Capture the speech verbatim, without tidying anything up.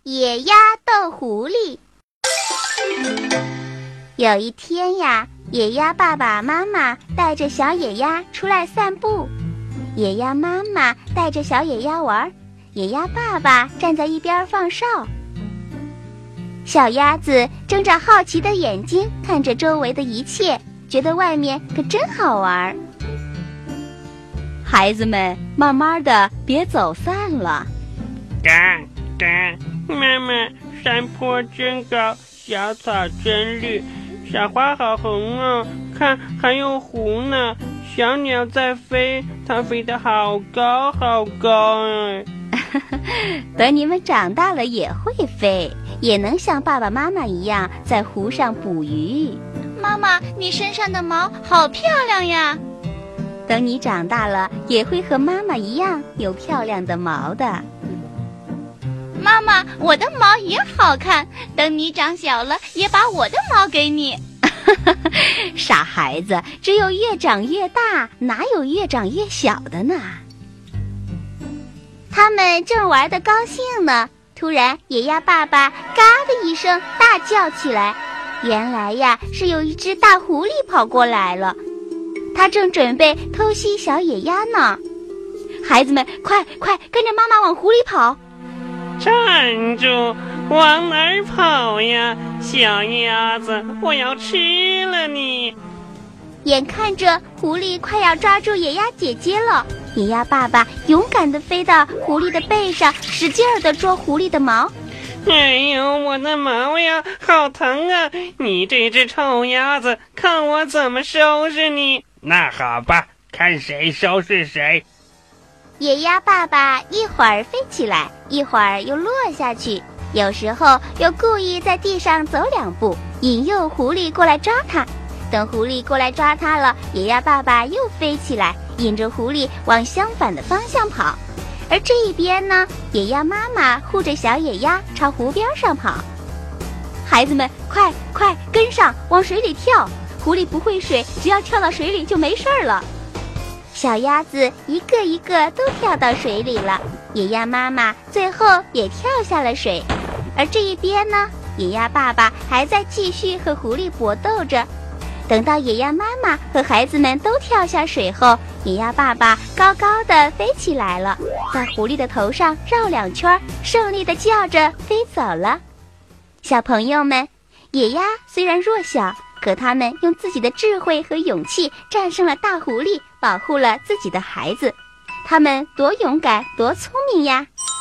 野鸭斗狐狸。有一天呀，野鸭爸爸妈妈带着小野鸭出来散步，野鸭妈妈带着小野鸭玩，野鸭爸爸站在一边放哨。小鸭子睁着好奇的眼睛看着周围的一切，觉得外面可真好玩。 孩子们，慢慢的，别走散了。 嘎嘎，妈妈，山坡真高，小草真绿，小花好红哦，看还有湖呢，小鸟在飞，它飞得好高好高哎。 等你们长大了也会飞，也能像爸爸妈妈一样在湖上捕鱼。 妈妈，你身上的毛好漂亮呀！ 等你长大了也会和妈妈一样有漂亮的毛的。 妈妈，我的毛也好看，等你长小了也把我的毛给你。 傻孩子，只有越长越大，哪有越长越小的呢？ 他们正玩得高兴呢，突然野鸭爸爸嘎的一声大叫起来。原来呀，是有一只大狐狸跑过来了，它正准备偷袭小野鸭呢。 孩子们，快快跟着妈妈往湖里跑！ 站住！往哪儿跑呀，小鸭子，我要吃了你！ 眼看着狐狸快要抓住野鸭姐姐了，野鸭爸爸勇敢地飞到狐狸的背上，使劲儿地捉狐狸的毛。 哎呦，我的毛呀，好疼啊！你这只臭鸭子，看我怎么收拾你！那好吧，看谁收拾谁。 野鸭爸爸一会儿飞起来，一会儿又落下去，有时候又故意在地上走两步，引诱狐狸过来抓它。等狐狸过来抓它了，野鸭爸爸又飞起来，引着狐狸往相反的方向跑。而这一边呢，野鸭妈妈护着小野鸭朝湖边上跑。 孩子们，快快跟上，往水里跳！狐狸不会水，只要跳到水里就没事了。 小鸭子一个一个都跳到水里了，野鸭妈妈最后也跳下了水。而这一边呢，野鸭爸爸还在继续和狐狸搏斗着。等到野鸭妈妈和孩子们都跳下水后，野鸭爸爸高高的飞起来了，在狐狸的头上绕两圈，胜利的叫着飞走了。小朋友们，野鸭虽然弱小，可他们用自己的智慧和勇气战胜了大狐狸，保护了自己的孩子。他们多勇敢，多聪明呀！